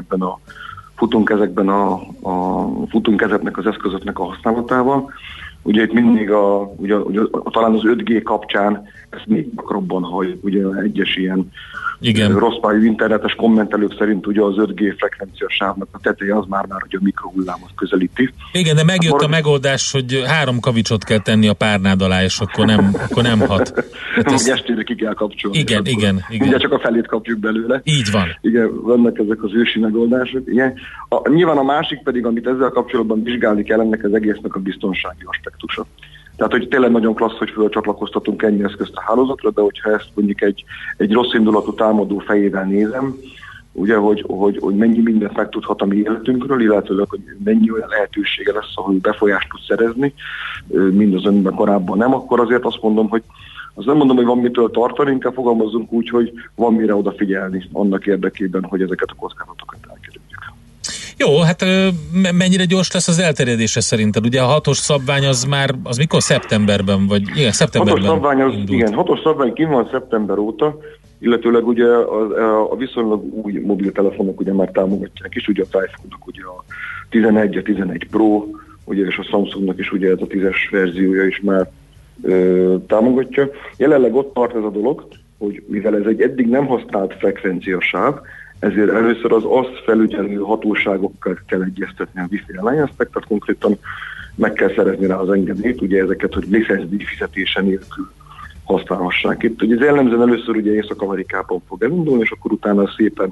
S11: futunk ezeknek az eszközöknek a használatával. Ugye itt mindig talán az 5G kapcsán ezt még makrobban halljuk, ugye egyes ilyen rosszpályú internetes kommentelők szerint ugye az 5G frekvenciasávnak a teteje az már hogy a mikrohullámot közelíti. Igen, de megjött a megoldás, hogy 3 kavicsot kell tenni a párnád alá, és akkor nem hat. Hát estére ki kell kapcsolni. Igen. Ugye csak a felét kapjuk belőle. Így van. Igen, vannak ezek az ősi megoldások. Igen. Nyilván a másik pedig, amit ezzel kapcsolatban vizsgálni kell, ennek az egésznek a biztonsági aspektusa. Tehát, hogy tényleg nagyon klassz, hogy fölcsatlakoztatunk ennyi eszközt a hálózatra, de hogyha ezt mondjuk egy rossz indulatú támadó fejével nézem, ugye, hogy mennyi mindent megtudhat a mi életünkről, illetve hogy mennyi olyan lehetősége lesz, ahol befolyást tud szerezni, mindazonban korábban nem, akkor azért azt mondom, hogy azt nem mondom, hogy van mitől tartani, inkább fogalmazzunk úgy, hogy van mire odafigyelni annak érdekében, hogy ezeket a kockázatokat elkerüljük. Jó, hát mennyire gyors lesz az elterjedése szerinted? Ugye a 6-os szabvány az mikor? Szeptemberben? Vagy igen, szeptemberben 6-os szabvány kint van szeptember óta, illetőleg ugye a viszonylag új mobiltelefonok ugye már támogatják is, ugye a iPhone-nak ugye a 11, a 11 Pro, ugye és a Samsungnak is ugye ez a 10-es verziója is már támogatja. Jelenleg ott tart ez a dolog, hogy mivel ez egy eddig nem használt frekvenciasáv, ezért először az azt felügyelő hatóságokkal kell egyeztetni a Wi-Fi Alliance-nek, tehát konkrétan meg kell szerezni rá az engedélyt, ugye ezeket, hogy licencdíj fizetése nélkül használhassák itt. Ugye ez jellemzően először ugye Észak-Amerikában fog elindulni, és akkor utána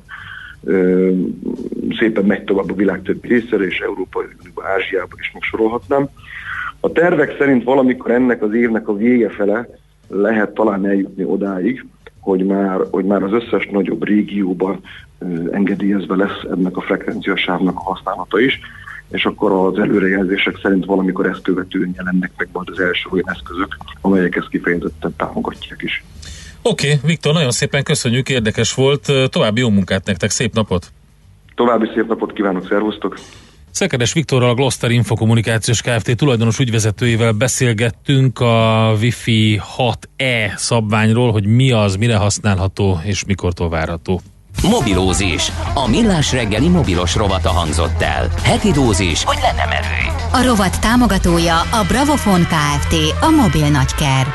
S11: szépen megy tovább a világ többi részére, és Európa, Ázsiába is még sorolhatnám. A tervek szerint valamikor ennek az évnek a vége fele lehet talán eljutni odáig, hogy már az összes nagyobb régióban engedélyezve lesz ennek a frekvenciasávnak a használata is, és akkor az előrejelzések szerint valamikor ezt követően jelennek meg majd az első olyan eszközök, amelyek ezt kifejezetten támogatják is.
S3: Oké, Viktor, nagyon szépen köszönjük, érdekes volt. További jó munkát nektek, szép napot!
S11: További szép napot kívánok, szervusztok!
S3: Szekeres Viktorral, a Gloster Infokommunikációs Kft. Tulajdonos ügyvezetőjével beszélgettünk a Wi-Fi 6E szabványról, hogy mi az, mire használható és mikortól várható.
S1: Mobilózis. A millás reggeli mobilos rovata hangzott el. Heti dózis, hogy lenne merő.
S10: A rovat támogatója a Bravofon Kft. A mobil nagyker.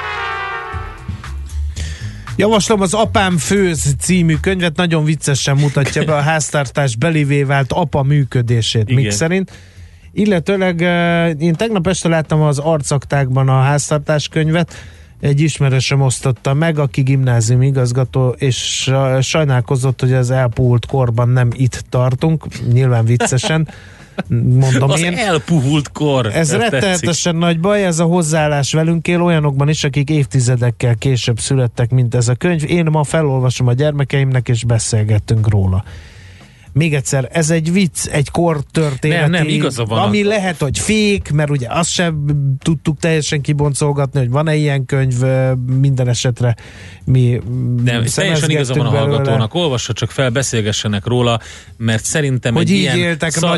S2: Javaslom az Apám főz című könyvet, nagyon viccesen mutatja be a háztartás belivé vált apa működését, mik szerint. Illetőleg én tegnap este láttam az arcaktákban a háztartás könyvet, egy ismerősöm osztotta meg, aki gimnázium igazgató, és sajnálkozott, hogy az elpuhult korban nem itt tartunk, nyilván viccesen, mondom
S3: az
S2: én.
S3: Elpuhult kor.
S2: Ez rettenetesen nagy baj, ez a hozzáállás velünk él olyanokban is, akik évtizedekkel később születtek, mint ez a könyv. Én ma felolvasom a gyermekeimnek, és beszélgettünk róla. Még egyszer, ez egy vicc, egy kortörténeti,
S3: nem, igaza van,
S2: ami lehet, hogy fék, mert ugye azt sem tudtuk teljesen kiboncolgatni, hogy van-e ilyen könyv, minden esetre mi
S3: nem, teljesen igaza van a hallgatónak, olvassa csak fel, beszélgessenek róla, mert szerintem
S2: hogy
S3: egy ilyen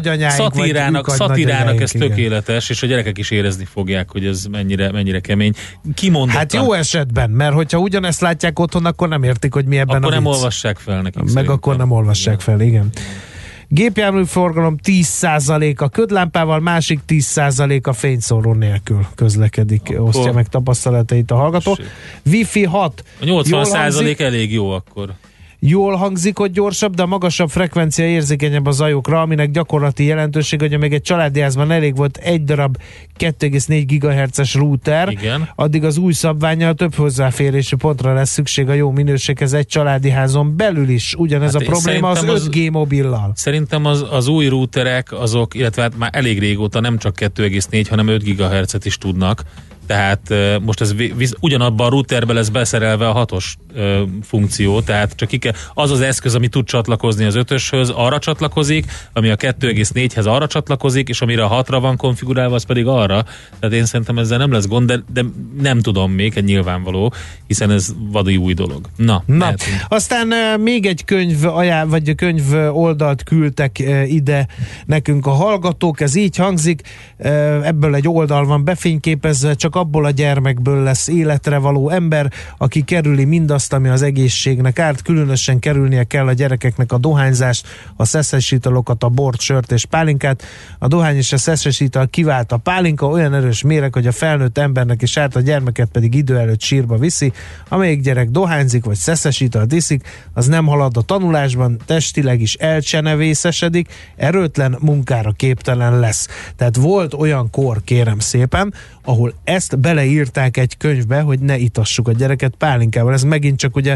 S3: szatirának ez tökéletes, és a gyerekek is érezni fogják, hogy ez mennyire kemény. Kimondottan.
S2: Hát jó esetben, mert hogyha ugyanezt látják otthon, akkor nem értik, hogy mi ebben
S3: akkor
S2: a vicc.
S3: nem olvassák fel nekik.
S2: Meg
S3: szerintem.
S2: akkor nem olvassák fel, igen. Gépjárműforgalom 10%-a ködlámpával, másik 10%-a fényszóró nélkül közlekedik, osztja meg tapasztalatait a hallgató. Wi-Fi 6.
S3: A 80% elég jó akkor.
S2: Jól hangzik, hogy gyorsabb, de a magasabb frekvencia érzékenyebb a zajokra, aminek gyakorlati jelentőség, hogy még egy családi házban elég volt egy darab 2,4 GHz-es router,
S3: igen.
S2: Addig az új szabvánnyal több hozzáférési pontra lesz szükség a jó minőséghez egy családi házon belül is. Ugyanez a probléma az 5G mobillal.
S3: Szerintem az új routerek azok, illetve hát már elég régóta nem csak 2,4, hanem 5 GHz-et is tudnak. Tehát most ez ugyanabban a routerben lesz beszerelve a 6-os funkció, tehát csak az az eszköz, ami tud csatlakozni az 5-öshöz, arra csatlakozik, ami a 2,4-hez arra csatlakozik, és amire a 6-ra van konfigurálva, az pedig arra. Tehát én szerintem ezzel nem lesz gond, de nem tudom még, egy nyilvánvaló, hiszen ez vadi új dolog. Na.
S2: Aztán még egy könyv könyv oldalt küldtek ide nekünk a hallgatók, ez így hangzik, ebből egy oldal van befényképezve, csak abból a gyermekből lesz életre való ember, aki kerüli mindazt, ami az egészségnek árt, különösen kerülnie kell a gyerekeknek a dohányzást, a szeszes italokat, a bort, sört és pálinkát. A dohány és a szeszes ital kivált a pálinka, olyan erős méreg, hogy a felnőtt embernek is árt, a gyermeket pedig idő előtt sírba viszi. Amelyik gyerek dohányzik, vagy szeszes italt iszik, az nem halad a tanulásban, testileg is elcsenevészesedik, erőtlen, munkára képtelen lesz. Tehát volt olyan kor, kérem szépen, ahol ezt beleírták egy könyvbe, hogy ne itassuk a gyereket pálinkával. Ez megint csak ugye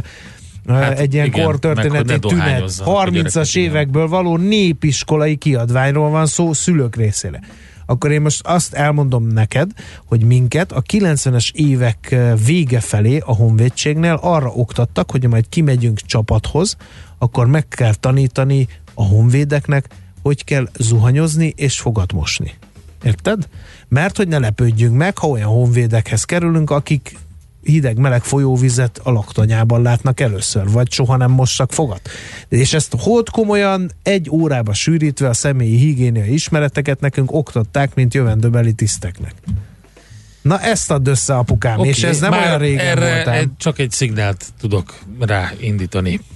S2: egy ilyen kortörténeti tünet. 30-as évekből való népiskolai kiadványról van szó szülők részére. Akkor én most azt elmondom neked, hogy minket a 90-es évek vége felé a honvédségnél arra oktattak, hogy majd kimegyünk csapathoz, akkor meg kell tanítani a honvédeknek, hogy kell zuhanyozni és fogat mosni. Érted? Mert hogy ne lepődjünk meg, ha olyan honvédekhez kerülünk, akik hideg-meleg folyóvizet a laktanyában látnak először, vagy soha nem mossak fogat. És ezt holt komolyan, egy órába sűrítve a személyi higiéniai ismereteket nekünk oktatták, mint jövendőbeli tiszteknek. Na ezt add össze, apukám, és ez nem olyan régen
S3: erre
S2: voltál.
S3: csak egy szignált tudok ráindítani.